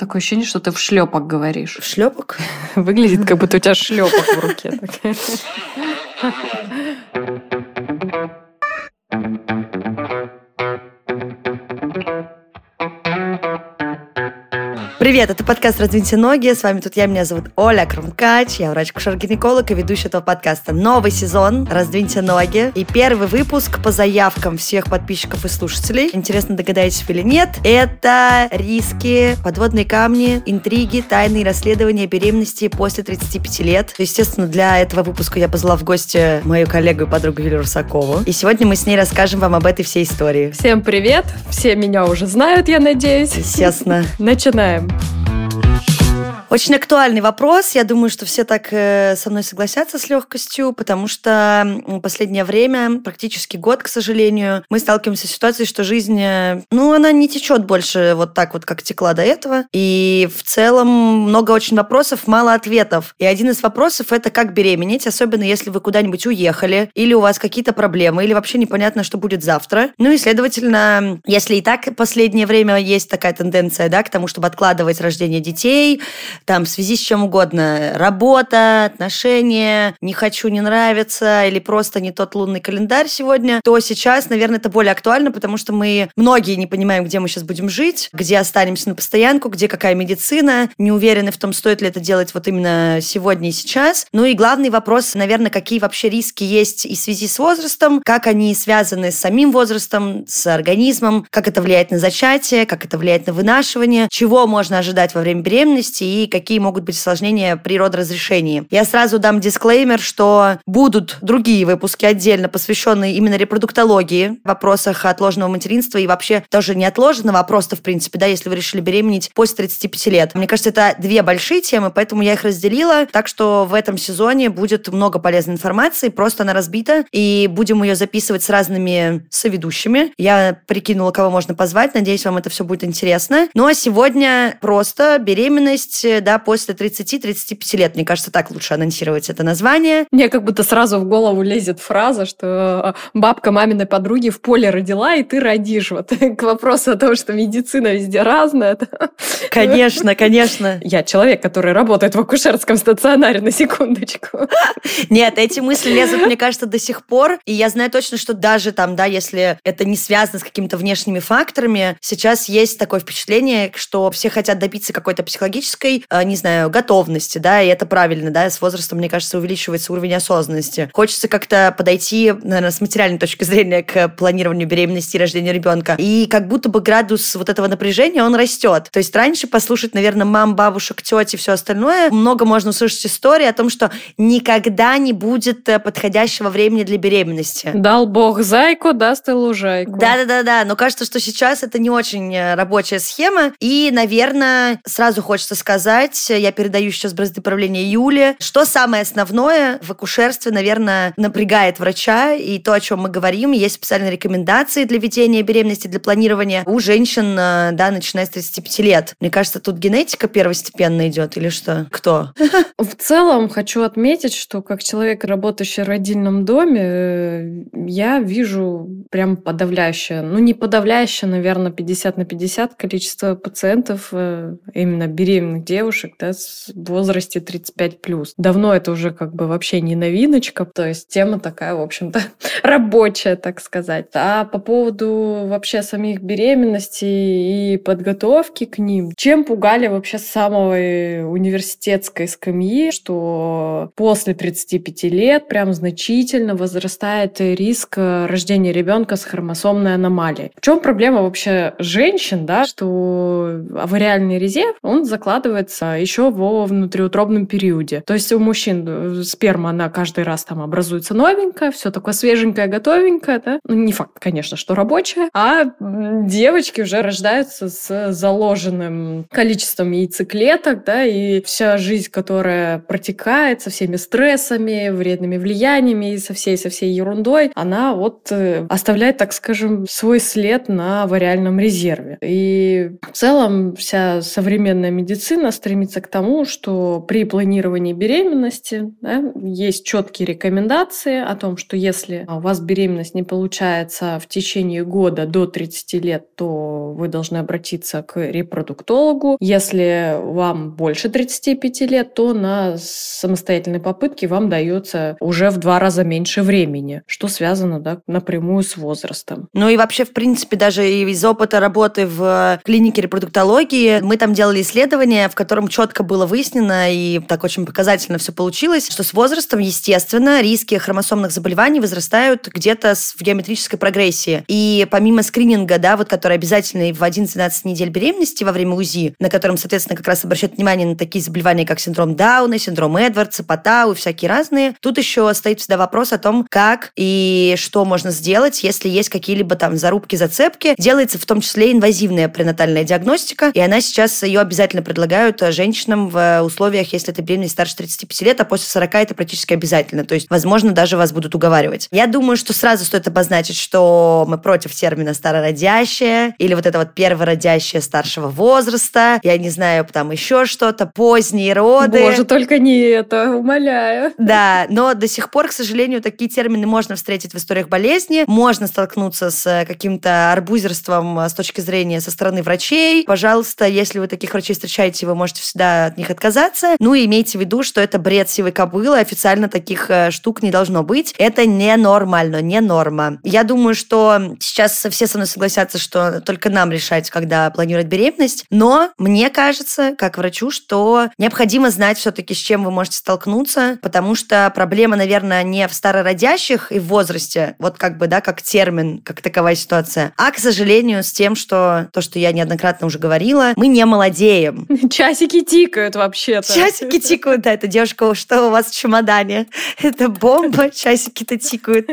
Такое ощущение, что ты в шлепок говоришь. В шлепок? Выглядит, как будто у тебя шлепок в руке. Привет, это подкаст «Раздвиньте ноги». С вами тут меня зовут Оля Крумкач. Я врач-акушер-гинеколог и ведущая этого подкаста. Новый сезон «Раздвиньте ноги». И первый выпуск по заявкам всех подписчиков и слушателей. Интересно, догадаетесь вы или нет? Это риски, подводные камни, интриги, тайные расследования беременности после 35 лет. Естественно, для этого выпуска я позвала в гости мою коллегу и подругу Юлию Русакову. И сегодня мы с ней расскажем вам об этой всей истории. Всем привет! Все меня уже знают, я надеюсь. Естественно. Начинаем. Очень актуальный вопрос. Я думаю, что все так со мной согласятся с легкостью, потому что в последнее время, практически год, к сожалению, мы сталкиваемся с ситуацией, что жизнь, она не течет больше вот так вот, как текла до этого. И в целом много очень вопросов, мало ответов. И один из вопросов – это как беременеть, особенно если вы куда-нибудь уехали, или у вас какие-то проблемы, или вообще непонятно, что будет завтра. Ну и, следовательно, если и так в последнее время есть такая тенденция, да, к тому, чтобы откладывать рождение детей, там, в связи с чем угодно, работа, отношения, не хочу, не нравится, или просто не тот лунный календарь сегодня, то сейчас, наверное, это более актуально, потому что мы многие не понимаем, где мы сейчас будем жить, где останемся на постоянку, где какая медицина, не уверены в том, стоит ли это делать вот именно сегодня и сейчас. Ну и главный вопрос, наверное, какие вообще риски есть и в связи с возрастом, как они связаны с самим возрастом, с организмом, как это влияет на зачатие, как это влияет на вынашивание, чего можно ожидать во время беременности и какие могут быть осложнения при родоразрешении. Я сразу дам дисклеймер, что будут другие выпуски отдельно, посвященные именно репродуктологии, вопросах отложенного материнства и вообще тоже не отложенного, а просто, в принципе, да, если вы решили беременеть после 35 лет. Мне кажется, это две большие темы, поэтому я их разделила, так что в этом сезоне будет много полезной информации, просто она разбита, и будем ее записывать с разными соведущими. Я прикинула, кого можно позвать, надеюсь, вам это все будет интересно. Ну а сегодня просто беременность, да, после 30-35 лет. Мне кажется, так лучше анонсировать это название. Мне как будто сразу в голову лезет фраза, что бабка маминой подруги в поле родила, и ты родишь. Вот к вопросу о том, что медицина везде разная. Конечно, конечно. Я человек, который работает в акушерском стационаре, на секундочку. Нет, эти мысли лезут, мне кажется, до сих пор. И я знаю точно, что даже там, да, если это не связано с какими-то внешними факторами, сейчас есть такое впечатление, что все хотят добиться какой-то психологической, не знаю, готовности, да, и это правильно, да, с возрастом, мне кажется, увеличивается уровень осознанности. Хочется как-то подойти, наверное, с материальной точки зрения к планированию беременности и рождения ребенка. И как будто бы градус вот этого напряжения, он растет. То есть раньше послушать, наверное, мам, бабушек, теть и все остальное, много можно услышать истории о том, что никогда не будет подходящего времени для беременности. Дал Бог зайку, даст и лужайку. Да, но кажется, что сейчас это не очень рабочая схема. И, наверное, сразу хочется сказать, я передаю сейчас бразды правления Юле, что самое основное в акушерстве, наверное, напрягает врача, и то, о чем мы говорим, есть специальные рекомендации для ведения беременности, для планирования у женщин, да, начиная с 35 лет. Мне кажется, тут генетика первостепенно идет, или что? Кто? В целом, хочу отметить, что как человек, работающий в родильном доме, я вижу прям подавляющее, не подавляющее, наверное, 50/50 количество пациентов, именно беременных девушек, да, в возрасте 35+. Давно это уже как бы вообще не новиночка, то есть тема такая, в общем-то, рабочая, так сказать. А по поводу вообще самих беременностей и подготовки к ним, чем пугали вообще с самой университетской скамьи, что после 35 лет прям значительно возрастает риск рождения ребенка с хромосомной аномалией. В чем проблема вообще женщин, да, что авариальный резерв, он закладывается еще во внутриутробном периоде. То есть у мужчин сперма, она каждый раз там образуется новенькая, все такое свеженькое, готовенькое, да? Не факт, конечно, что рабочее, а девочки уже рождаются с заложенным количеством яйцеклеток, да, и вся жизнь, которая протекает со всеми стрессами, вредными влияниями и со всей ерундой, она вот оставляет, так скажем, свой след на авариальном резерве. И в целом вся современная медицина стремиться к тому, что при планировании беременности, да, есть четкие рекомендации о том, что если у вас беременность не получается в течение года до 30 лет, то вы должны обратиться к репродуктологу. Если вам больше 35 лет, то на самостоятельной попытке вам дается уже в 2 раза меньше времени, что связано, да, напрямую с возрастом. Ну и вообще, в принципе, даже из опыта работы в клинике репродуктологии мы там делали исследование, в котором четко было выяснено, и так очень показательно все получилось, что с возрастом, естественно, риски хромосомных заболеваний возрастают где-то в геометрической прогрессии. И помимо скрининга, да, вот который обязательный в 11-12 недель беременности во время УЗИ, на котором, соответственно, как раз обращают внимание на такие заболевания, как синдром Дауна, синдром Эдвардса, Патау и всякие разные, тут еще стоит всегда вопрос о том, как и что можно сделать, если есть какие-либо там зарубки, зацепки. Делается в том числе инвазивная пренатальная диагностика, и она сейчас, ее обязательно предлагают женщинам в условиях, если это беременность старше 35 лет, а после 40 это практически обязательно. То есть, возможно, даже вас будут уговаривать. Я думаю, что сразу стоит обозначить, что мы против термина «старородящая» или вот это вот первородящая старшего возраста, я не знаю, там еще что-то, поздние роды. Боже, только не это, умоляю. Да, но до сих пор, к сожалению, такие термины можно встретить в историях болезни, можно столкнуться с каким-то арбузерством с точки зрения со стороны врачей. Пожалуйста, если вы таких врачей встречаете, вы можете всегда от них отказаться. Ну и имейте в виду, что это бред сивой кобылы, официально таких штук не должно быть. Это ненормально, не норма. Я думаю, что сейчас все со мной согласятся, что только нам решать, когда планировать беременность, но мне кажется, как врачу, что необходимо знать все-таки, с чем вы можете столкнуться, потому что проблема, наверное, не в старородящих и в возрасте, вот как бы, да, как термин, как таковая ситуация, а, к сожалению, с тем, что то, что я неоднократно уже говорила, мы не молодеем. Часики тикают вообще-то. Часики тикают, да, это девушка, что у вас в чемодане? Это бомба, часики-то тикают.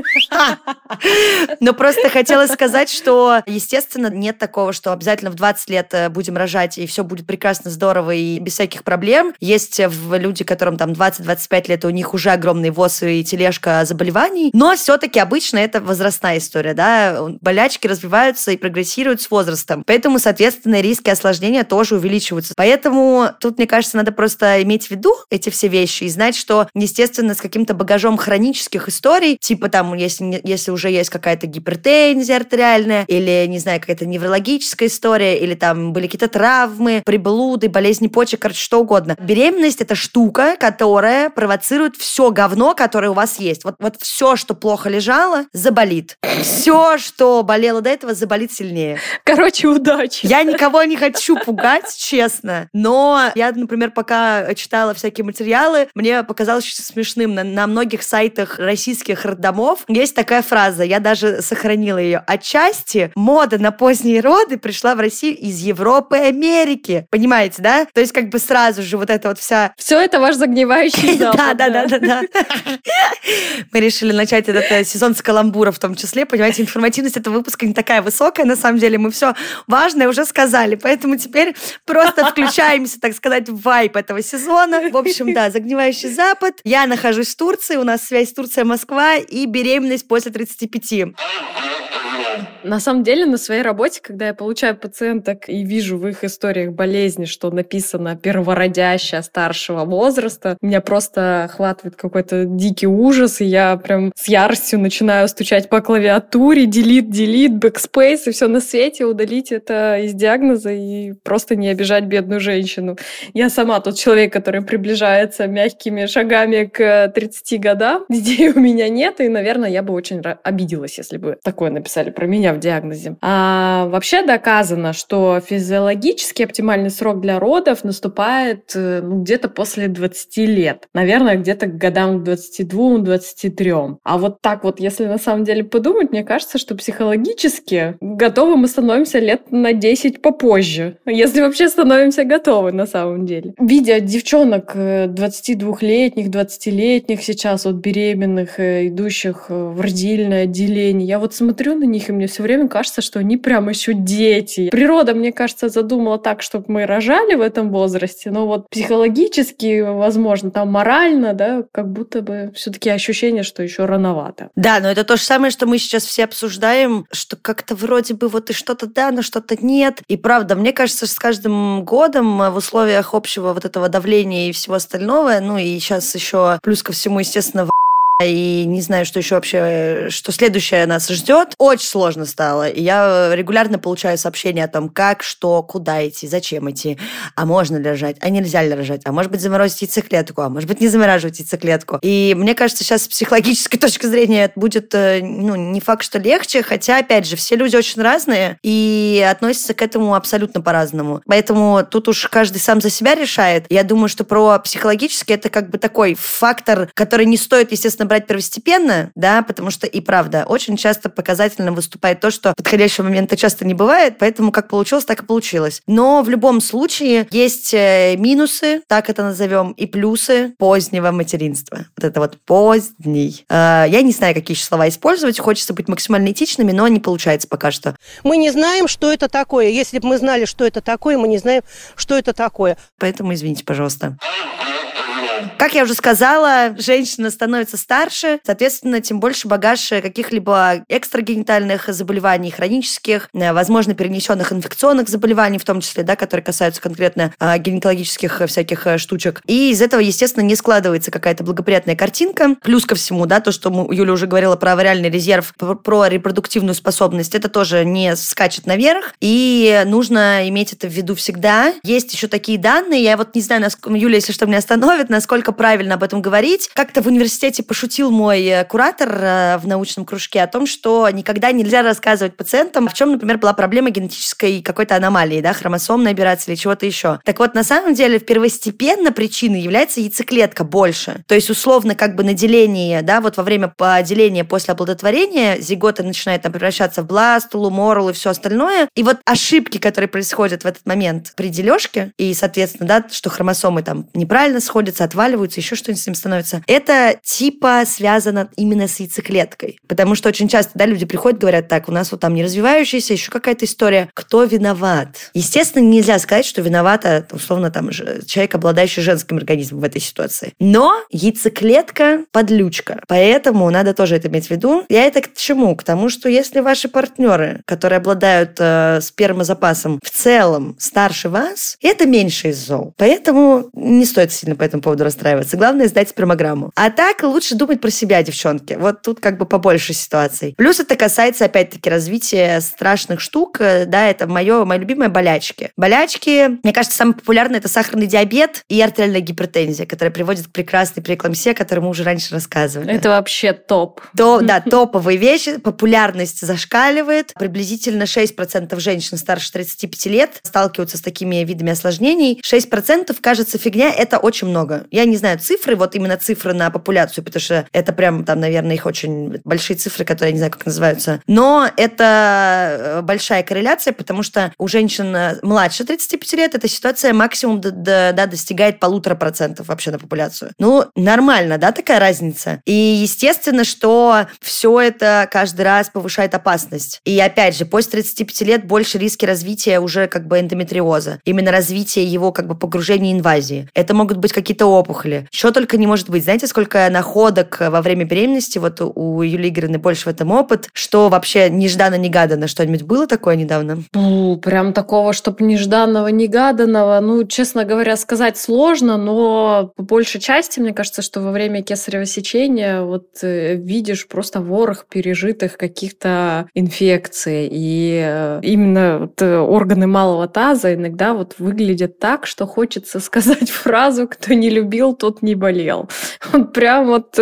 Но просто хотела сказать, что, естественно, нет такого, что обязательно в 20 лет будем рожать, и все будет прекрасно, здорово и без всяких проблем. Есть люди, которым там 20-25 лет, и у них уже огромный ВОЗ и тележка заболеваний, но все-таки обычно это возрастная история, да, болячки развиваются и прогрессируют с возрастом, поэтому, соответственно, риски осложнения тоже увеличиваются. Поэтому тут, мне кажется, надо просто иметь в виду эти все вещи и знать, что, естественно, с каким-то багажом хронических историй, типа там, если уже есть какая-то гипертензия артериальная, или, не знаю, какая-то неврологическая история, или там были какие-то травмы, приблуды, болезни почек, короче, что угодно. Беременность — это штука, которая провоцирует все говно, которое у вас есть. Вот все, что плохо лежало, заболит. Все, что болело до этого, заболит сильнее. Короче, удачи. Я никого не хочу пугать, честно, но я, например, пока читала всякие материалы, мне показалось очень смешным. На многих сайтах российских роддомов есть такая фраза, я даже сохранила ее. Отчасти мода на поздние роды пришла в Россию из Европы и Америки. Понимаете, да? То есть как бы сразу же вот эта вот вся... Все это ваш загнивающий запад. Да. Мы решили начать этот сезон с каламбура в том числе. Понимаете, информативность этого выпуска не такая высокая. На самом деле мы все важное уже сказали. Поэтому теперь просто включаемся, так сказать, в вайб этого сезона. В общем, да, загнивающий Запад. Я нахожусь в Турции, у нас связь Турция-Москва и беременность после 35. На самом деле, на своей работе, когда я получаю пациенток и вижу в их историях болезни, что написано «первородящая старшего возраста», меня просто охватывает какой-то дикий ужас, и я прям с яростью начинаю стучать по клавиатуре, delete, backspace, и все на свете, удалить это из диагноза и просто не обижать бедную женщину. Я сама тот человек, который приближается мягкими шагами к 30 годам. Детей у меня нет, и, наверное, я бы очень обиделась, если бы такое написали про меня в диагнозе. А вообще доказано, что физиологически оптимальный срок для родов наступает где-то после 20 лет. Наверное, где-то к годам 22-23. А вот так вот, если на самом деле подумать, мне кажется, что психологически готовы мы становимся лет на 10 попозже. Если вообще становимся готовы на самом деле. Видя девчонок 22-летних, 20-летних сейчас, вот беременных, идущих в родильное отделение, я вот смотрю на них и мне все время кажется, что они прям еще дети. Природа, мне кажется, задумала так, чтобы мы рожали в этом возрасте, но вот психологически, возможно, там морально, да, как будто бы все-таки ощущение, что еще рановато. Да, но это то же самое, что мы сейчас все обсуждаем, что как-то вроде бы вот и что-то да, но что-то нет. И правда, мне кажется, с каждым годом в условиях общего вот этого давления и всего остального, ну и сейчас еще плюс ко всему, естественно, и не знаю, что еще вообще, что следующее нас ждет. Очень сложно стало. И я регулярно получаю сообщения о том, как, что, куда идти, зачем идти, а можно ли рожать, а нельзя ли рожать, а может быть заморозить яйцеклетку, а может быть не замораживать яйцеклетку. И мне кажется, сейчас с психологической точки зрения это будет, ну, не факт, что легче, хотя, опять же, все люди очень разные и относятся к этому абсолютно по-разному. Поэтому тут уж каждый сам за себя решает. Я думаю, что про психологически это как бы такой фактор, который не стоит, естественно, брать первостепенно, да, потому что и правда, очень часто показательно выступает то, что подходящего момента часто не бывает, поэтому как получилось, так и получилось. Но в любом случае есть минусы, так это назовем, и плюсы позднего материнства. Вот это вот поздний. Я не знаю, какие еще слова использовать, хочется быть максимально этичными, но не получается пока что. Мы не знаем, что это такое. Если бы мы знали, что это такое, мы не знаем, что это такое. Поэтому извините, пожалуйста. Как я уже сказала, женщина становится старше, соответственно, тем больше багаж каких-либо экстрагенитальных заболеваний, хронических, возможно, перенесенных инфекционных заболеваний, в том числе, да, которые касаются конкретно гинекологических всяких штучек. И из этого, естественно, не складывается какая-то благоприятная картинка. Плюс ко всему, да, то, что Юля уже говорила про авариальный резерв, про репродуктивную способность, это тоже не скачет наверх, и нужно иметь это в виду всегда. Есть еще такие данные, я вот не знаю, Юля, если что, меня остановит, насколько правильно об этом говорить. Как-то в университете пошутил мой куратор в научном кружке о том, что никогда нельзя рассказывать пациентам, в чем, например, была проблема генетической какой-то аномалии, да, хромосомной операции или чего-то еще. Так вот, на самом деле, первостепенно причиной является яйцеклетка больше. То есть, условно, как бы на делении, да, вот во время деления после оплодотворения зигота начинает там превращаться в бластулу, морулу и все остальное. И вот ошибки, которые происходят в этот момент при дележке, и, соответственно, да, что хромосомы там неправильно сходятся, отваливаются, еще что-нибудь с ним становится. Это типа связано именно с яйцеклеткой. Потому что очень часто, да, люди приходят, говорят, так, у нас вот там не развивающаяся, еще какая-то история. Кто виноват? Естественно, нельзя сказать, что виновата, условно, там, человек, обладающий женским организмом в этой ситуации. Но яйцеклетка – подлючка. Поэтому надо тоже это иметь в виду. Я это к чему? К тому, что если ваши партнеры, которые обладают спермозапасом, в целом старше вас, это меньше из зол. Поэтому не стоит сильно по этому поводу расстраиваться. Главное сдать спермограмму. А так лучше думать про себя, девчонки. Вот тут как бы побольше ситуаций. Плюс это касается, опять-таки, развития страшных штук. Да, это мои любимые болячки. Болячки, мне кажется, самое популярное — это сахарный диабет и артериальная гипертензия, которая приводит к прекрасной преэклампсии, о которой мы уже раньше рассказывали. Это вообще топ. Да, топовые вещи. Популярность зашкаливает. Приблизительно 6% женщин старше 35 лет сталкиваются с такими видами осложнений. 6% кажется фигня, это очень много. Я не знаю цифры, вот именно цифры на популяцию, потому что это прям там, наверное, их очень большие цифры, которые я не знаю, как называются. Но это большая корреляция, потому что у женщин младше 35 лет эта ситуация максимум достигает 1,5% вообще на популяцию. Ну, нормально, да, такая разница? И естественно, что все это каждый раз повышает опасность. И опять же, после 35 лет больше риски развития уже как бы эндометриоза. Именно развитие его как бы погружения и инвазии. Это могут быть какие-то опухоли. Что только не может быть. Знаете, сколько находок во время беременности, вот у Юлии Игоревны больше в этом опыт, что вообще нежданно-негаданно что-нибудь было такое недавно? Прям такого, чтобы нежданного-негаданного, честно говоря, сказать сложно, но по большей части, мне кажется, что во время кесарево сечения вот видишь просто ворох пережитых каких-то инфекций. И именно вот органы малого таза иногда вот выглядят так, что хочется сказать фразу «кто не любил, тот не болел». Вот прям вот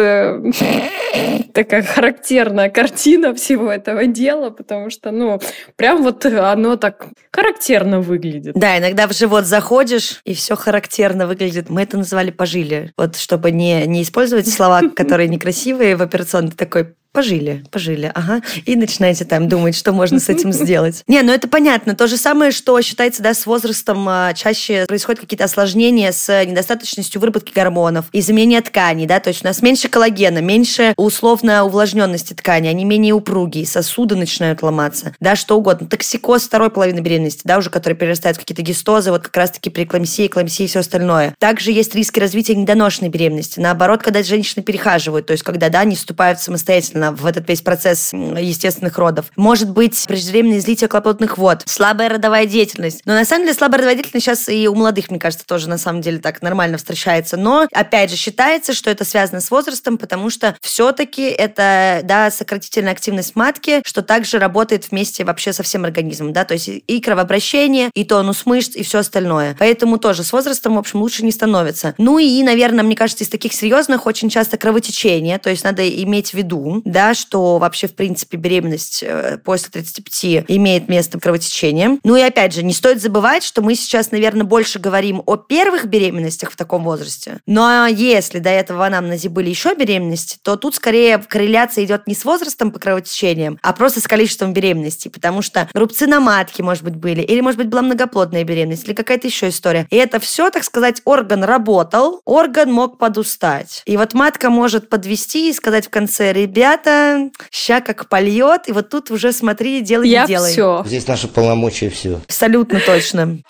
такая характерная картина всего этого дела, потому что, прям вот оно так характерно выглядит. Да, иногда в живот заходишь, и все характерно выглядит. Мы это называли пожили. Вот чтобы не использовать слова, которые некрасивые в операционной, такой Пожили, ага. И начинаете там думать, что можно с этим сделать. Не, ну это понятно. То же самое, что считается, да, с возрастом чаще происходят какие-то осложнения с недостаточностью выработки гормонов, изменения тканей, да, то есть у нас меньше коллагена, меньше условно увлажненности ткани, они менее упругие, сосуды начинают ломаться, да, что угодно. Токсикоз второй половины беременности, да, уже который перерастает в какие-то гистозы, вот как раз-таки при эклампсии и все остальное. Также есть риски развития недоношенной беременности. Наоборот, когда женщины перехаживают, то есть когда, да, не вступают самостоятельно в этот весь процесс естественных родов. Может быть, преждевременное излитие кислотных вод, слабая родовая деятельность. Но на самом деле слабая родовая деятельность сейчас и у молодых, мне кажется, тоже на самом деле так нормально встречается. Но, опять же, считается, что это связано с возрастом, потому что все-таки это, да, сократительная активность матки, что также работает вместе вообще со всем организмом, да, то есть и кровообращение, и тонус мышц, и все остальное. Поэтому тоже с возрастом, в общем, лучше не становится. Ну и, наверное, мне кажется, из таких серьезных очень часто кровотечение, то есть надо иметь в виду, да, что вообще, в принципе, беременность после 35 имеет место кровотечение. Ну и, опять же, не стоит забывать, что мы сейчас, наверное, больше говорим о первых беременностях в таком возрасте. Но если до этого в анамнезе были еще беременности, то тут скорее корреляция идет не с возрастом по кровотечениям, а просто с количеством беременностей, потому что рубцы на матке, может быть, были, или, может быть, была многоплодная беременность, или какая-то еще история. И это все, так сказать, орган работал, орган мог подустать. И вот матка может подвести и сказать в конце: ребята, ща как польет, и вот тут уже смотри, делай, не делай. Все. Здесь наши полномочия, все. Абсолютно точно.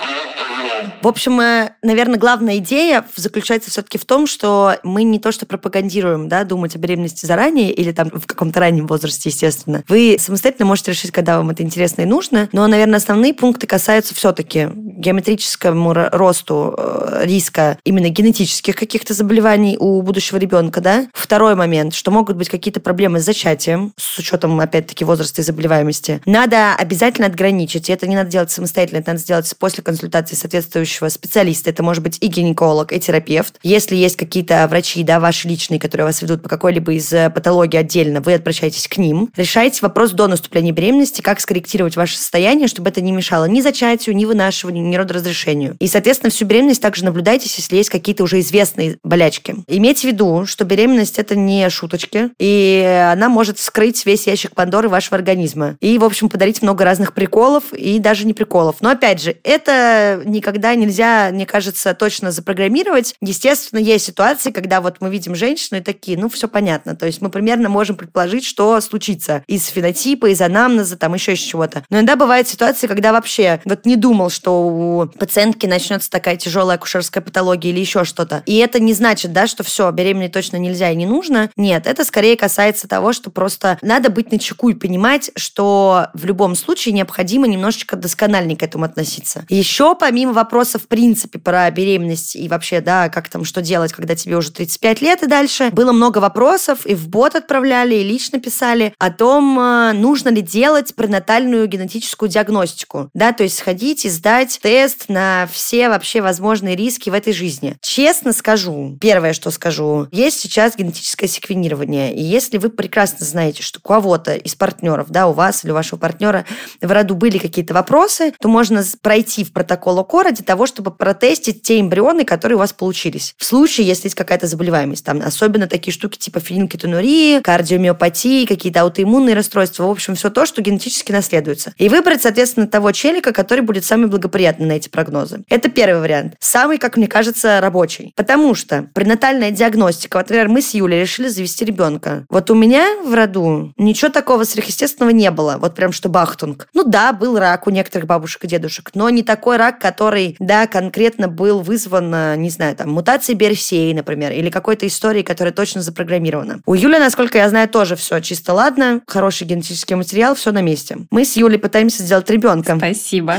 В общем, наверное, главная идея заключается все-таки в том, что мы не то что пропагандируем, да, думать о беременности заранее или там в каком-то раннем возрасте, естественно. Вы самостоятельно можете решить, когда вам это интересно и нужно, но, наверное, основные пункты касаются все-таки геометрическому росту риска именно генетических каких-то заболеваний у будущего ребенка, да. Второй момент, что могут быть какие-то проблемы с зачатием, с учетом, опять-таки, возраста и заболеваемости. Надо обязательно отграничить, и это не надо делать самостоятельно, это надо сделать после консультации соответствующего специалиста. Это может быть и гинеколог, и терапевт. Если есть какие-то врачи, да, ваши личные, которые вас ведут по какой-либо из патологий отдельно, вы обращаетесь к ним, решаете вопрос до наступления беременности, как скорректировать ваше состояние, чтобы это не мешало ни зачатию, ни вынашиванию, ни родоразрешению. И, соответственно, всю беременность также наблюдайтесь, если есть какие-то уже известные болячки. Имейте в виду, что беременность – это не шуточки, и она может вскрыть весь ящик Пандоры вашего организма. И, в общем, подарить много разных приколов и даже не приколов. Но, опять же, это никогда нельзя, мне кажется, точно запрограммировать. Естественно, есть ситуации, когда вот мы видим женщину и такие, ну, все понятно. То есть мы примерно можем предположить, что случится из фенотипа, из анамнеза, там еще из чего-то. Но иногда бывают ситуации, когда вообще вот не думал, что у пациентки начнется такая тяжелая акушерская патология или еще что-то. И это не значит, да, что все, беременеть точно нельзя и не нужно. Нет, это скорее касается того, что просто надо быть начеку и понимать, что в любом случае необходимо немножечко доскональнее к этому относиться. Еще помимо вопроса в принципе про беременность и вообще, да, как там, что делать, когда тебе уже 35 лет и дальше, было много вопросов, и в бот отправляли, и лично писали о том, нужно ли делать пренатальную генетическую диагностику, да, то есть сходить и сдать тест на все вообще возможные риски в этой жизни. Честно скажу, первое, что скажу, есть сейчас генетическое секвенирование, и если вы прекрасно знаете, что у кого-то из партнеров, да, у вас или у вашего партнера в роду были какие-то вопросы, то можно пройти в протокол ОКО ради того, чтобы протестить те эмбрионы, которые у вас получились. В случае, если есть какая-то заболеваемость, там особенно такие штуки типа фенилкетонурии, кардиомиопатии, какие-то аутоиммунные расстройства, в общем, все то, что генетически наследуется. И выбрать, соответственно, того челика, который будет самый благоприятный на эти прогнозы. Это первый вариант. Самый, как мне кажется, рабочий. Потому что пренатальная диагностика, вот, например, мы с Юлей решили завести ребенка. Вот у меня в роду ничего такого сверхъестественного не было. Вот прям что бахтунг. Ну да, был рак у некоторых бабушек и дедушек, но не такой рак, который, да, конкретно был вызван, не знаю, там, мутацией BRCA, например, или какой-то историей, которая точно запрограммирована. У Юли, насколько я знаю, тоже все чисто ладно, хороший генетический материал, все на месте. Мы с Юлей пытаемся сделать ребенка. Спасибо.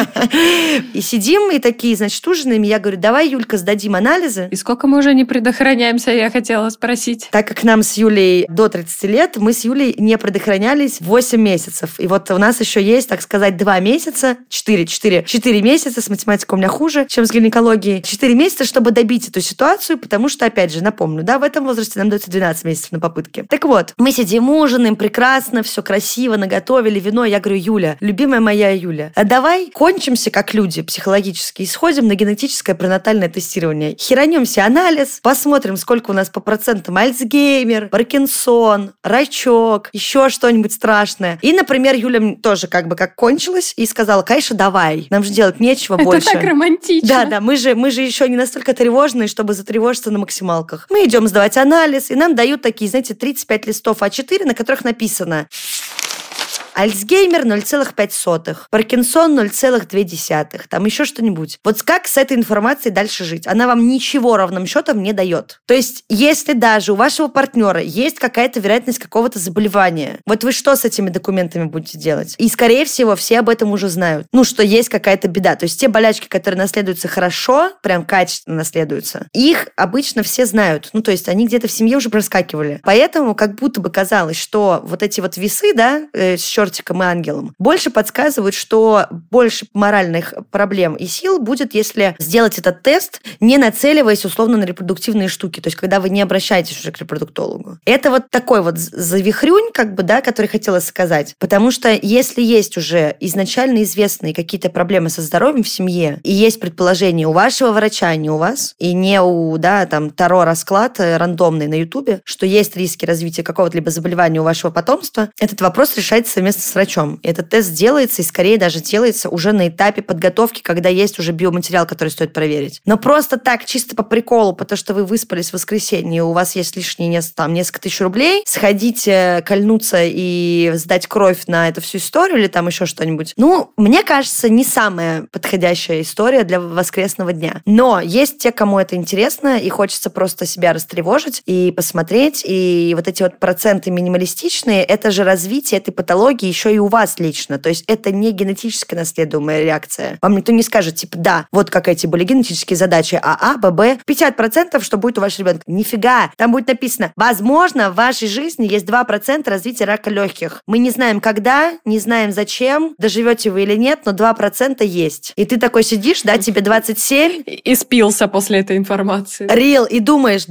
И сидим, и такие, значит, ужинаем, и я говорю, давай, Юлька, сдадим анализы. И сколько мы уже не предохраняемся, я хотела спросить. Так как нам с Юлей до 30 лет, мы с Юлей не предохранялись 8 месяцев. И вот у нас еще есть, так сказать, 2 месяца, 4 месяца с математикой математика у меня хуже, чем с гинекологией. 4 месяца, чтобы добить эту ситуацию, потому что, опять же, напомню, да, в этом возрасте нам дается 12 месяцев на попытки. Так вот, мы сидим, ужинаем, прекрасно, все красиво, наготовили вино. Я говорю: Юля, любимая моя Юля, а давай кончимся как люди психологически и сходим на генетическое пренатальное тестирование. Херанемся анализ, посмотрим, сколько у нас по процентам Альцгеймер, Паркинсон, рачок, еще что-нибудь страшное. И, например, Юля тоже как кончилась и сказала: конечно, давай, нам же делать нечего больше. Это так романтично. Да, мы же еще не настолько тревожные, чтобы затревожиться на максималках. Мы идем сдавать анализ, и нам дают такие, знаете, 35 листов А4, на которых написано: Альцгеймер 0,5, Паркинсон 0,2, там еще что-нибудь. Вот как с этой информацией дальше жить? Она вам ничего ровным счетом не дает. То есть, если даже у вашего партнера есть какая-то вероятность какого-то заболевания, вот вы что с этими документами будете делать? И, скорее всего, все об этом уже знают. Что есть какая-то беда. То есть, те болячки, которые наследуются хорошо, прям качественно наследуются, их обычно все знают. То есть, они где-то в семье уже проскакивали. Поэтому, как будто бы казалось, что вот эти вот весы, да, с чертиком и ангелом, больше подсказывают, что больше моральных проблем и сил будет, если сделать этот тест, не нацеливаясь условно на репродуктивные штуки, то есть когда вы не обращаетесь уже к репродуктологу. Это вот такой вот завихрюнь, который хотела сказать, потому что если есть уже изначально известные какие-то проблемы со здоровьем в семье, и есть предположение у вашего врача, а не у вас, и не у, таро-расклад рандомный на Ютубе, что есть риски развития какого-то либо заболевания у вашего потомства, этот вопрос решается совместно с врачом. И этот тест делается, и скорее даже делается уже на этапе подготовки, когда есть уже биоматериал, который стоит проверить. Но просто так, чисто по приколу, потому что вы выспались в воскресенье, и у вас есть лишние несколько тысяч рублей, сходить, кольнуться и сдать кровь на эту всю историю или там еще что-нибудь. Мне кажется, не самая подходящая история для воскресного дня. Но есть те, кому это интересно, и хочется просто себя растревожить и посмотреть, и вот эти вот проценты минималистичные, это же развитие этой патологии еще и у вас лично. То есть это не генетически наследуемая реакция. Вам никто не скажет, да, вот как эти были генетические задачи АА, ББ, 50%, что будет у вашего ребенка. Нифига. Там будет написано: возможно, в вашей жизни есть 2% развития рака легких. Мы не знаем, когда, не знаем, зачем, доживете вы или нет, но 2% есть. И ты такой сидишь, тебе 27. И спился после этой информации. Рил, и думаешь,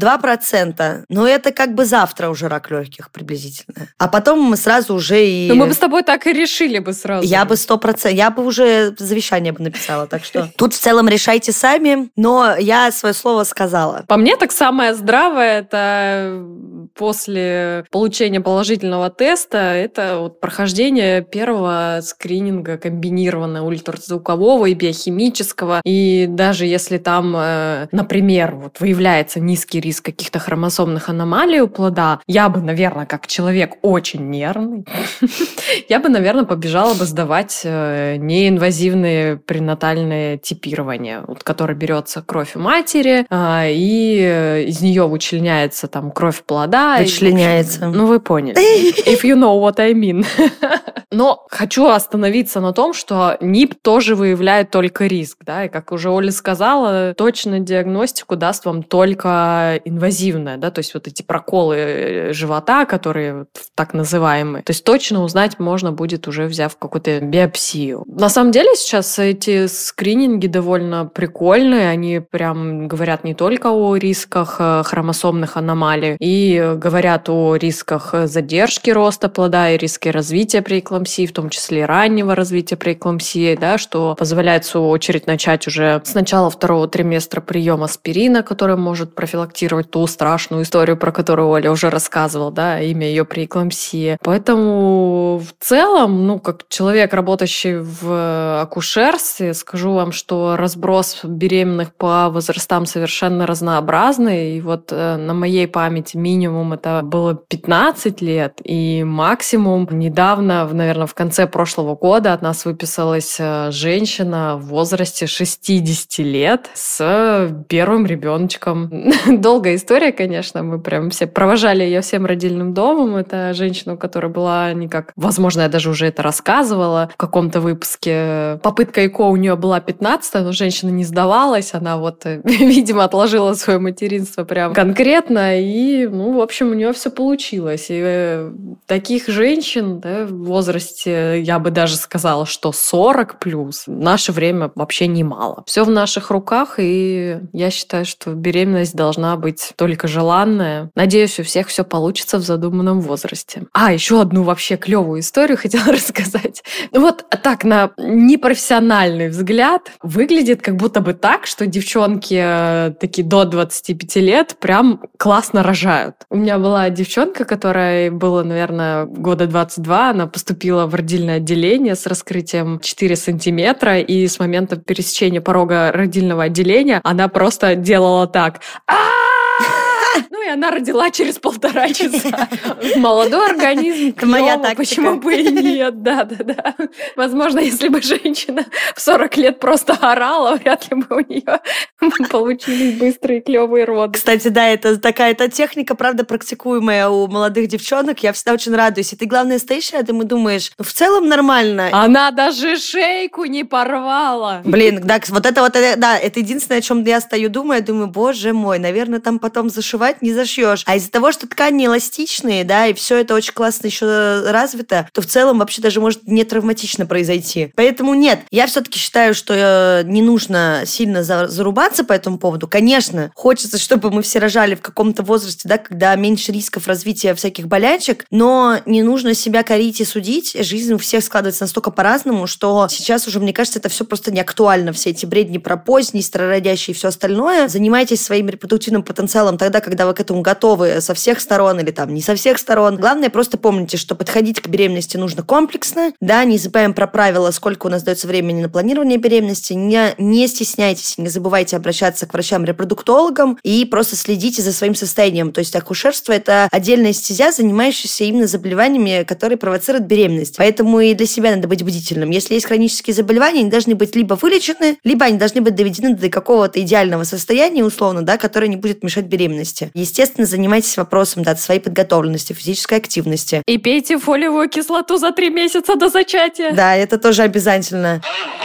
2%. Это завтра уже рак легких приблизительно. А потом мы сразу уже и... Мы бы с тобой так и решили бы сразу. Я бы 100%. Я бы уже завещание бы написала. Так что тут в целом решайте сами, но я свое слово сказала. По мне, так самое здравое, это после получения положительного теста, это прохождение первого скрининга комбинированного ультразвукового и биохимического. И даже если там, например, выявляется низкий риск каких-то хромосомных аномалий у плода, я бы, наверное, как человек очень нервный, я бы, наверное, побежала бы сдавать неинвазивное пренатальное типирование, которое берется кровь у матери, и из нее вычленяется кровь плода. Вычленяется. Вы поняли. If you know what I mean. Но хочу остановиться на том, что НИП тоже выявляет только риск, да, и как уже Оля сказала, точную диагностику даст вам только инвазивная, да, то есть эти проколы живота, которые так называемые, то есть точно узнать можно будет уже взяв какую-то биопсию. На самом деле сейчас эти скрининги довольно прикольные, они прям говорят не только о рисках хромосомных аномалий, и говорят о рисках задержки роста плода и риске развития преэклампсии, в том числе раннего развития преэклампсии, да, что позволяет, в свою очередь, начать уже с начала второго триместра прием аспирина, который может профилактировать ту страшную историю, про которую Оля уже рассказывала, да, имя ее преэклампсия. Поэтому в целом, как человек, работающий в акушерстве, скажу вам, что разброс беременных по возрастам совершенно разнообразный. И на моей памяти минимум это было 15 лет, и максимум недавно, наверное, в конце прошлого года от нас выписалась женщина в возрасте 60 лет с первым ребеночком. Долгая история, конечно, мы прям все провожали ее всем родильным домом. Это женщина, у которой была никак возможность возможно, я даже уже это рассказывала в каком-то выпуске. Попытка ЭКО у нее была 15-я, но женщина не сдавалась, она вот, видимо, отложила свое материнство прям конкретно, и, ну, в общем, у нее все получилось. И таких женщин, да, в возрасте, я бы даже сказала, что 40 плюс, в наше время вообще немало. Все в наших руках, и я считаю, что беременность должна быть только желанная. Надеюсь, у всех все получится в задуманном возрасте. Еще одну вообще клевую историю хотела рассказать. Вот так, на непрофессиональный взгляд, выглядит как будто бы так, что девчонки такие до 25 лет прям классно рожают. У меня была девчонка, которой было, наверное, года 22, она поступила в родильное отделение с раскрытием 4 сантиметра, и с момента пересечения порога родильного отделения она просто делала так. Ну, и она родила через 1,5 часа. Молодой организм, клёво, почему бы и нет. Да. Возможно, если бы женщина в 40 лет просто орала, вряд ли бы у нее получились быстрые клевые роды. Кстати, да, это такая-то техника, правда, практикуемая у молодых девчонок. Я всегда очень радуюсь. И ты, главное, стоишь рядом и думаешь, в целом нормально. Она даже шейку не порвала. Блин, да, это единственное, о чем я стою, думаю, боже мой, наверное, там потом зашивать не зашьешь. А из-за того, что ткани эластичные, да, и все это очень классно еще развито, то в целом вообще даже может не травматично произойти. Поэтому нет, я все-таки считаю, что не нужно сильно зарубаться по этому поводу. Конечно, хочется, чтобы мы все рожали в каком-то возрасте, да, когда меньше рисков развития всяких болячек, но не нужно себя корить и судить. Жизнь у всех складывается настолько по-разному, что сейчас уже, мне кажется, это все просто не актуально. Все эти бредни про поздний, старородящий и все остальное. Занимайтесь своим репродуктивным потенциалом тогда, когда вы к этому готовы со всех сторон или там не со всех сторон. Главное, просто помните, что подходить к беременности нужно комплексно. Да, не забываем про правила, сколько у нас дается времени на планирование беременности. Не стесняйтесь, не забывайте обращаться к врачам-репродуктологам и просто следите за своим состоянием. То есть акушерство – это отдельная стезя, занимающаяся именно заболеваниями, которые провоцируют беременность. Поэтому и для себя надо быть бдительным. Если есть хронические заболевания, они должны быть либо вылечены, либо они должны быть доведены до какого-то идеального состояния, условно, да, которое не будет мешать беременности. Естественно, занимайтесь вопросом своей подготовленности, физической активности. И пейте фолиевую кислоту за 3 месяца до зачатия. Да, это тоже обязательно.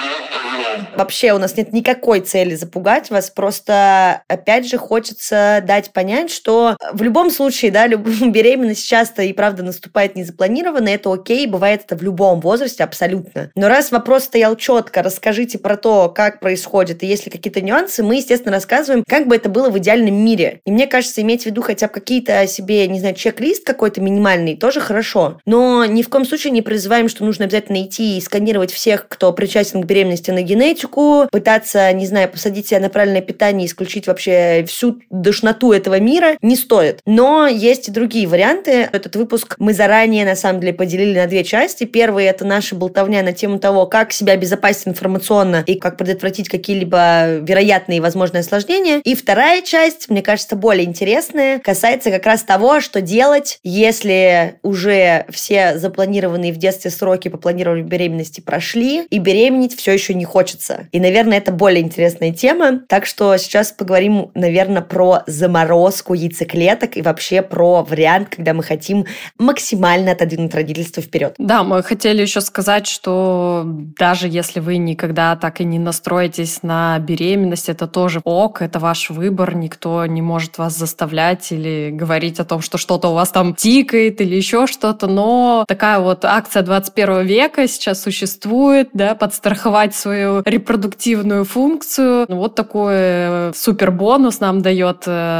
Вообще у нас нет никакой цели запугать вас, просто, опять же, хочется дать понять, что в любом случае, да, беременность часто и правда наступает незапланированно, это окей, бывает это в любом возрасте абсолютно. Но раз вопрос стоял четко, расскажите про то, как происходит, и есть ли какие-то нюансы, мы, естественно, рассказываем, как бы это было в идеальном мире. И мне кажется, иметь в виду хотя бы какие-то себе, не знаю, чек-лист какой-то минимальный, тоже хорошо. Но ни в коем случае не призываем, что нужно обязательно идти и сканировать всех, кто причастен к беременности, на генетику, пытаться, не знаю, посадить себя на правильное питание, исключить вообще всю душноту этого мира, не стоит. Но есть и другие варианты. Этот выпуск мы заранее, на самом деле, поделили на 2 части. Первый – это наша болтовня на тему того, как себя обезопасить информационно и как предотвратить какие-либо вероятные и возможные осложнения. И вторая часть, мне кажется, более интересная, касается как раз того, что делать, если уже все запланированные в детстве сроки по планированию беременности прошли, и беременеть все еще не хочется. И, наверное, это более интересная тема. Так что сейчас поговорим, наверное, про заморозку яйцеклеток и вообще про вариант, когда мы хотим максимально отодвинуть родительство вперед. Да, мы хотели еще сказать, что даже если вы никогда так и не настроитесь на беременность, это тоже ок, это ваш выбор, никто не может вас заставлять или говорить о том, что что-то у вас там тикает или еще что-то, но такая вот акция 21 века сейчас существует, да, подстраховать свою репродуктивную функцию. Вот такой супер бонус нам дает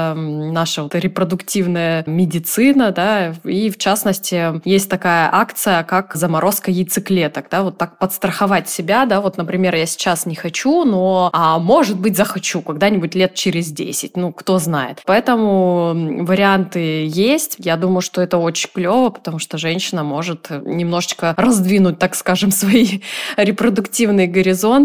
наша вот репродуктивная медицина, да, и в частности есть такая акция, как заморозка яйцеклеток, да, вот так подстраховать себя, да, вот, например, я сейчас не хочу, но, может быть, захочу когда-нибудь лет через 10, ну, кто знает. Поэтому варианты есть. Я думаю, что это очень клево, потому что женщина может немножечко раздвинуть, так скажем, свои репродуктивные горизонты,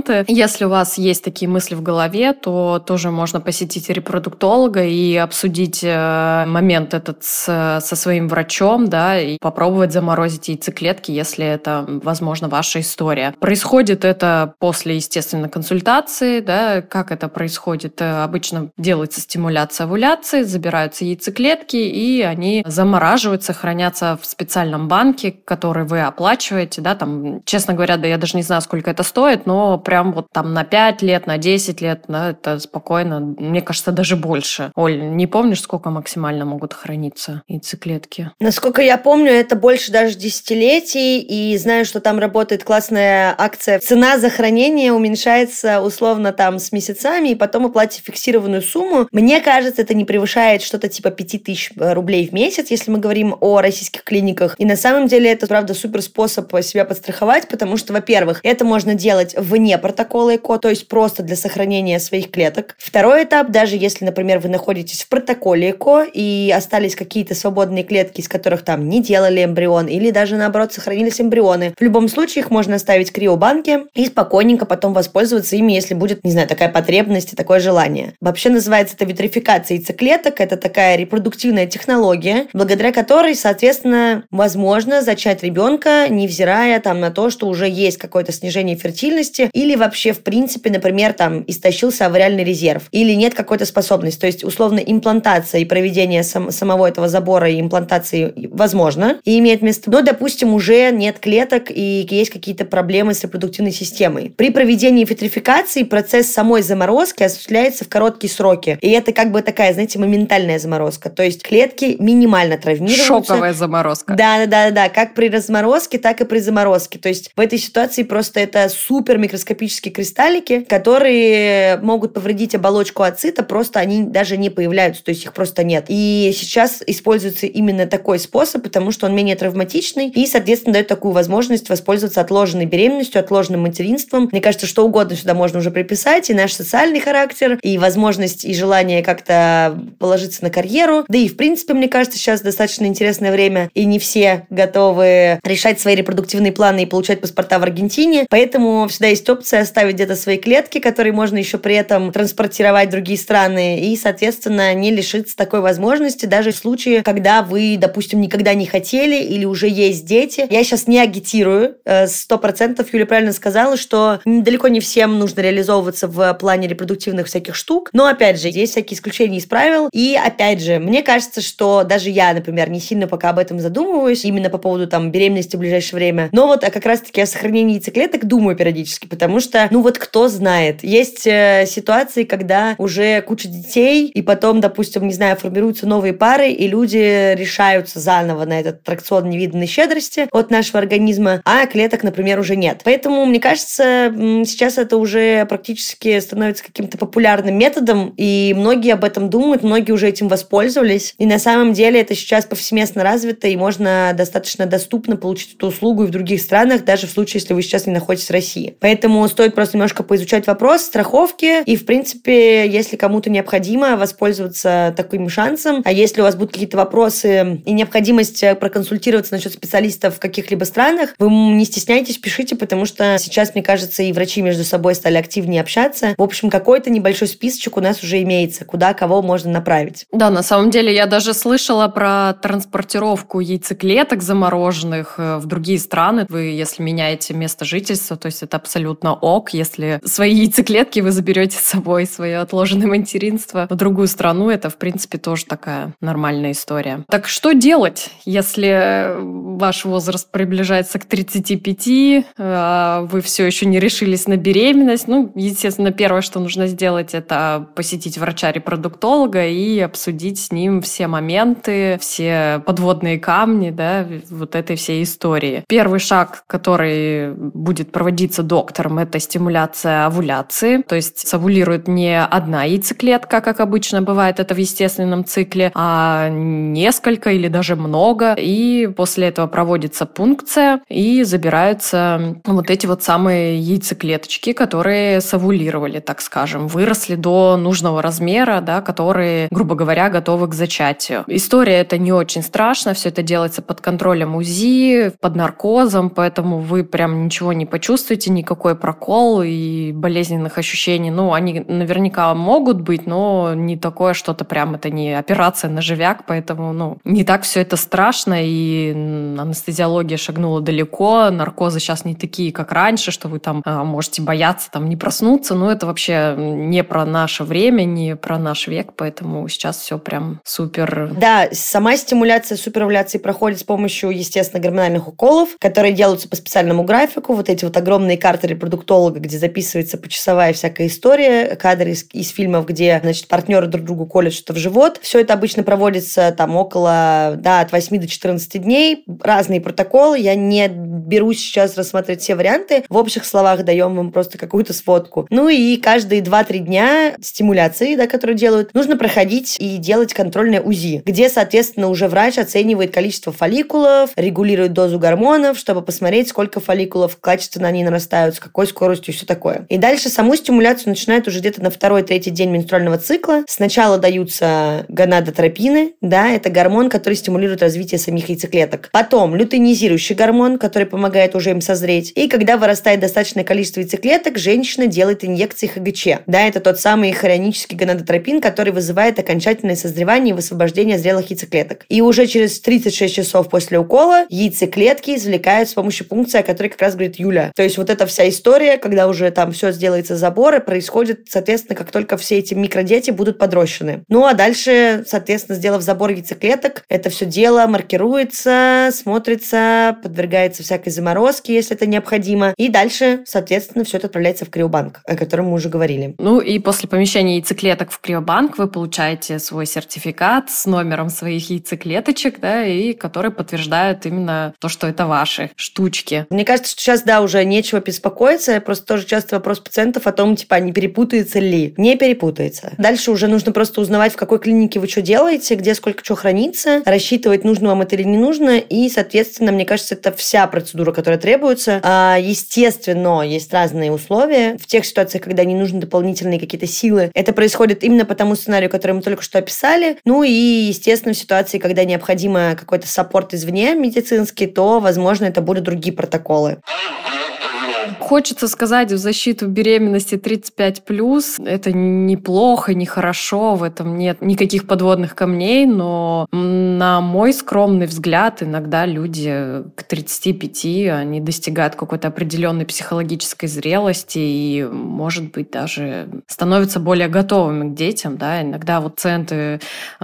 моменты. Если у вас есть такие мысли в голове, то тоже можно посетить репродуктолога и обсудить момент этот со своим врачом, да, и попробовать заморозить яйцеклетки, если это, возможно, ваша история. Происходит это после, естественно, консультации, да, как это происходит? Обычно делается стимуляция овуляции, забираются яйцеклетки, и они замораживаются, хранятся в специальном банке, который вы оплачиваете, да, там, честно говоря, да, я даже не знаю, сколько это стоит, но прям вот там на 5 лет, на 10 лет, да, это спокойно, мне кажется, даже больше. Оль, не помнишь, сколько максимально могут храниться яйцеклетки? Насколько я помню, это больше даже десятилетий, и знаю, что там работает классная акция. Цена за хранение уменьшается условно там с месяцами, и потом вы платите фиксированную сумму. Мне кажется, это не превышает что-то типа 5000 рублей в месяц, если мы говорим о российских клиниках. И на самом деле это, правда, супер способ себя подстраховать, потому что, во-первых, это можно делать вне протокола ЭКО, то есть просто для сохранения своих клеток. Второй этап, даже если, например, вы находитесь в протоколе ЭКО и остались какие-то свободные клетки, из которых там не делали эмбрион, или даже, наоборот, сохранились эмбрионы, в любом случае их можно оставить в криобанке и спокойненько потом воспользоваться ими, если будет, не знаю, такая потребность и такое желание. Вообще называется это витрификация яйцеклеток. Это такая репродуктивная технология, благодаря которой, соответственно, возможно зачать ребенка, невзирая там на то, что уже есть какое-то снижение фертильности или вообще, в принципе, например, там истощился овариальный резерв или нет какой-то способности. То есть, условно, имплантация и проведение самого этого забора и имплантации возможно и имеет место. Но, допустим, уже нет клеток и есть какие-то проблемы с репродуктивной системой. При проведении витрификации процесс самой заморозки осуществляется в короткие сроки. И это как бы такая, знаете, моментальная заморозка. То есть клетки минимально травмируются. Шоковая заморозка. Да. Как при разморозке, так и при заморозке. То есть в этой ситуации просто это супер микроскопические кристаллики, которые могут повредить оболочку ооцита, просто они даже не появляются, то есть их просто нет. И сейчас используется именно такой способ, потому что он менее травматичный и, соответственно, дает такую возможность воспользоваться отложенной беременностью, отложенным материнством. Мне кажется, что угодно сюда можно уже приписать, и наш социальный характер, и возможность, и желание как-то положиться на карьеру. Да и, в принципе, мне кажется, сейчас достаточно интересное время, и не все готовы решать свои репродуктивные планы и получать паспорта в Аргентине. Поэтому всегда есть опция оставить где-то свои клетки, которые можно еще при этом транспортировать в другие страны, и, соответственно, не лишиться такой возможности, даже в случае, когда вы, допустим, никогда не хотели или уже есть дети. Я сейчас не агитирую. 100% Юля правильно сказала, что далеко не всем нужно реализовываться в плане репродуктивных всяких штук. Но, опять же, есть всякие исключения из правил. И, опять же, мне кажется, что даже я, например, не сильно пока об этом задумываюсь, именно по поводу там беременности в ближайшее время. Но вот как раз-таки о сохранении яйцеклеток думаю периодически, потому что, ну вот кто знает. Есть ситуации, когда уже куча детей, и потом, допустим, не знаю, формируются новые пары, и люди решаются заново на этот аттракцион невиданной щедрости от нашего организма, а клеток, например, уже нет. Поэтому, мне кажется, сейчас это уже практически становится каким-то популярным методом, и многие об этом думают, многие уже этим воспользовались. И на самом деле это сейчас повсеместно развито, и можно достаточно доступно получить эту услугу и в других странах, даже в случае, если вы сейчас не находитесь в России. Поэтому стоит просто немножко поизучать вопрос страховки, и, в принципе, если кому-то необходимо воспользоваться таким шансом, а если у вас будут какие-то вопросы и необходимость проконсультироваться насчет специалистов в каких-либо странах, вы не стесняйтесь, пишите, потому что сейчас, мне кажется, и врачи между собой стали активнее общаться. В общем, какой-то небольшой списочек у нас уже имеется, куда кого можно направить. Да, на самом деле я даже слышала про транспортировку яйцеклеток замороженных в другие страны. Вы, если меняете место жительства, то есть это абсолютно ок. Если свои яйцеклетки вы заберете с собой, свое отложенное материнство в другую страну, это, в принципе, тоже такая нормальная история. Так что делать, если ваш возраст приближается к 35, вы все еще не решились на беременность? Ну, естественно, первое, что нужно сделать, это посетить врача-репродуктолога и обсудить с ним все моменты, все подводные камни, да, вот этой всей истории. Первый шаг, который будет проводиться доктором, это стимуляция овуляции. То есть совулирует не одна яйцеклетка, как обычно бывает это в естественном цикле, а несколько или даже много. И после этого проводится пункция и забираются вот эти вот самые яйцеклеточки, которые совулировали, так скажем, выросли до нужного размера, да, которые, грубо говоря, готовы к зачатию. История эта не очень страшна, все это делается под контролем УЗИ, под наркозом, поэтому вы прям ничего не почувствуете, никакой прокол прокол и болезненных ощущений. Ну, они наверняка могут быть, но не такое что-то прям, это не операция на живяк, поэтому, ну, не так все это страшно, и анестезиология шагнула далеко, наркозы сейчас не такие, как раньше, что вы там можете бояться там не проснуться, но это вообще не про наше время, не про наш век, поэтому сейчас все прям супер. Да, сама стимуляция суперовуляции проходит с помощью, естественно, гормональных уколов, которые делаются по специальному графику, вот эти вот огромные карты репродуктолога, где записывается почасовая всякая история, кадры из фильмов, где, значит, партнеры друг другу колят что-то в живот. Все это обычно проводится там около, да, от 8 до 14 дней. Разные протоколы. Я не берусь сейчас рассмотреть все варианты. В общих словах даем вам просто какую-то сводку. Ну и каждые 2-3 дня стимуляции, да, которые делают, нужно проходить и делать контрольное УЗИ, где, соответственно, уже врач оценивает количество фолликулов, регулирует дозу гормонов, чтобы посмотреть, сколько фолликулов, качественно они нарастают, с какой скоростью и все такое. И дальше саму стимуляцию начинают уже где-то на 2-3 день менструального цикла. Сначала даются гонадотропины, да, это гормон, который стимулирует развитие самих яйцеклеток. Потом лютеинизирующий гормон, который помогает уже им созреть. И когда вырастает достаточное количество яйцеклеток, женщина делает инъекции ХГЧ. Да, это тот самый хорионический гонадотропин, который вызывает окончательное созревание и высвобождение зрелых яйцеклеток. И уже через 36 часов после укола яйцеклетки извлекают с помощью пункции, о которой как раз говорит Юля. То есть вот эта вся история, когда уже там все сделается заборы, происходит, соответственно, как только все эти микродети будут подрощены. Ну, а дальше, соответственно, сделав забор яйцеклеток, это все дело маркируется, смотрится, подвергается всякой заморозке, если это необходимо. И дальше, соответственно, все это отправляется в криобанк, о котором мы уже говорили. Ну, и после помещения яйцеклеток в криобанк вы получаете свой сертификат с номером своих яйцеклеточек, да, и который подтверждает именно то, что это ваши штучки. Мне кажется, что сейчас, да, уже нечего беспокоиться. Просто тоже часто вопрос пациентов о том, типа, не перепутается ли. Не перепутается. Дальше уже нужно просто узнавать, в какой клинике вы что делаете, где сколько чего хранится, рассчитывать, нужно вам это или не нужно. И, соответственно, мне кажется, это вся процедура, которая требуется. Естественно, есть разные условия. В тех ситуациях, когда не нужны дополнительные какие-то силы, это происходит именно по тому сценарию, который мы только что описали. Ну и, естественно, в ситуации, когда необходимо какой-то саппорт извне медицинский, то, возможно, это будут другие протоколы. Хочется сказать в защиту беременности 35+. Это неплохо, нехорошо, в этом нет никаких подводных камней, но на мой скромный взгляд, иногда люди к 35, они достигают какой-то определенной психологической зрелости и, может быть, даже становятся более готовыми к детям. Да? Иногда вот пациенты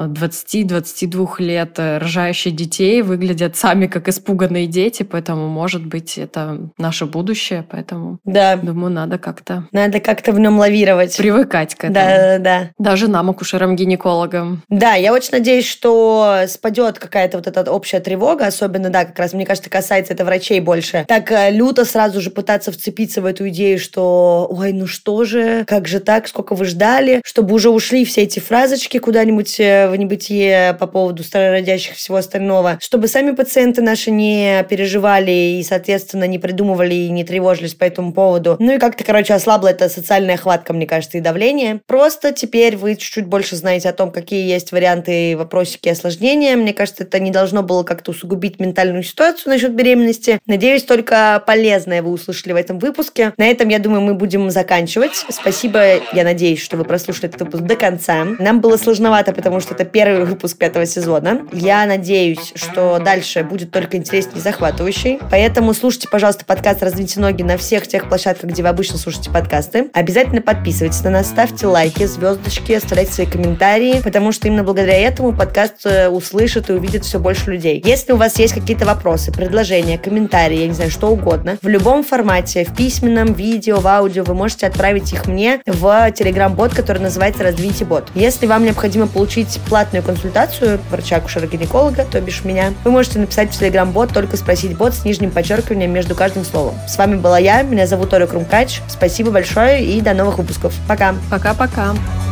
20-22 лет, рожающие детей, выглядят сами как испуганные дети, поэтому, может быть, это наше будущее, поэтому, да, думаю, надо как-то в нем лавировать. Привыкать к этому. Да. Даже нам, акушерам-гинекологам. Да, я очень надеюсь, что спадет какая-то вот эта общая тревога, особенно, да, как раз, мне кажется, касается это врачей больше. Так люто сразу же пытаться вцепиться в эту идею, что, ой, ну что же, как же так, сколько вы ждали, чтобы уже ушли все эти фразочки куда-нибудь в небытие по поводу старородящих и всего остального, чтобы сами пациенты наши не переживали и, соответственно, не придумывали и не тревожились по этому поводу. Ну и как-то, короче, ослабла эта социальная хватка, мне кажется, и давление. Просто теперь вы чуть-чуть больше знаете о том, какие есть варианты, вопросики и осложнения. Мне кажется, это не должно было как-то усугубить ментальную ситуацию насчет беременности. Надеюсь, только полезное вы услышали в этом выпуске. На этом, я думаю, мы будем заканчивать. Спасибо, я надеюсь, что вы прослушали этот выпуск до конца. Нам было сложновато, потому что это первый выпуск 5-го сезона. Я надеюсь, что дальше будет только интереснее и захватывающий. Поэтому слушайте, пожалуйста, подкаст «Раздвиньте ноги» на всех тех площадках, где вы обычно слушаете подкасты. Обязательно подписывайтесь на нас, ставьте лайки, звездочки, оставляйте свои комментарии, потому что именно благодаря этому подкаст услышит и увидит все больше людей. Если у вас есть какие-то вопросы, предложения, комментарии, я не знаю, что угодно, в любом формате, в письменном, видео, в аудио, вы можете отправить их мне в телеграм-бот, который называется «Раздвиньте бот». Если вам необходимо получить платную консультацию врача-акушера-гинеколога, то бишь меня, вы можете написать в телеграм-бот, только спросить бот с нижним подчеркиванием между каждым словом. С вами была я, меня зовут Оля Крумкач. Спасибо большое и до новых выпусков. Пока. Пока-пока.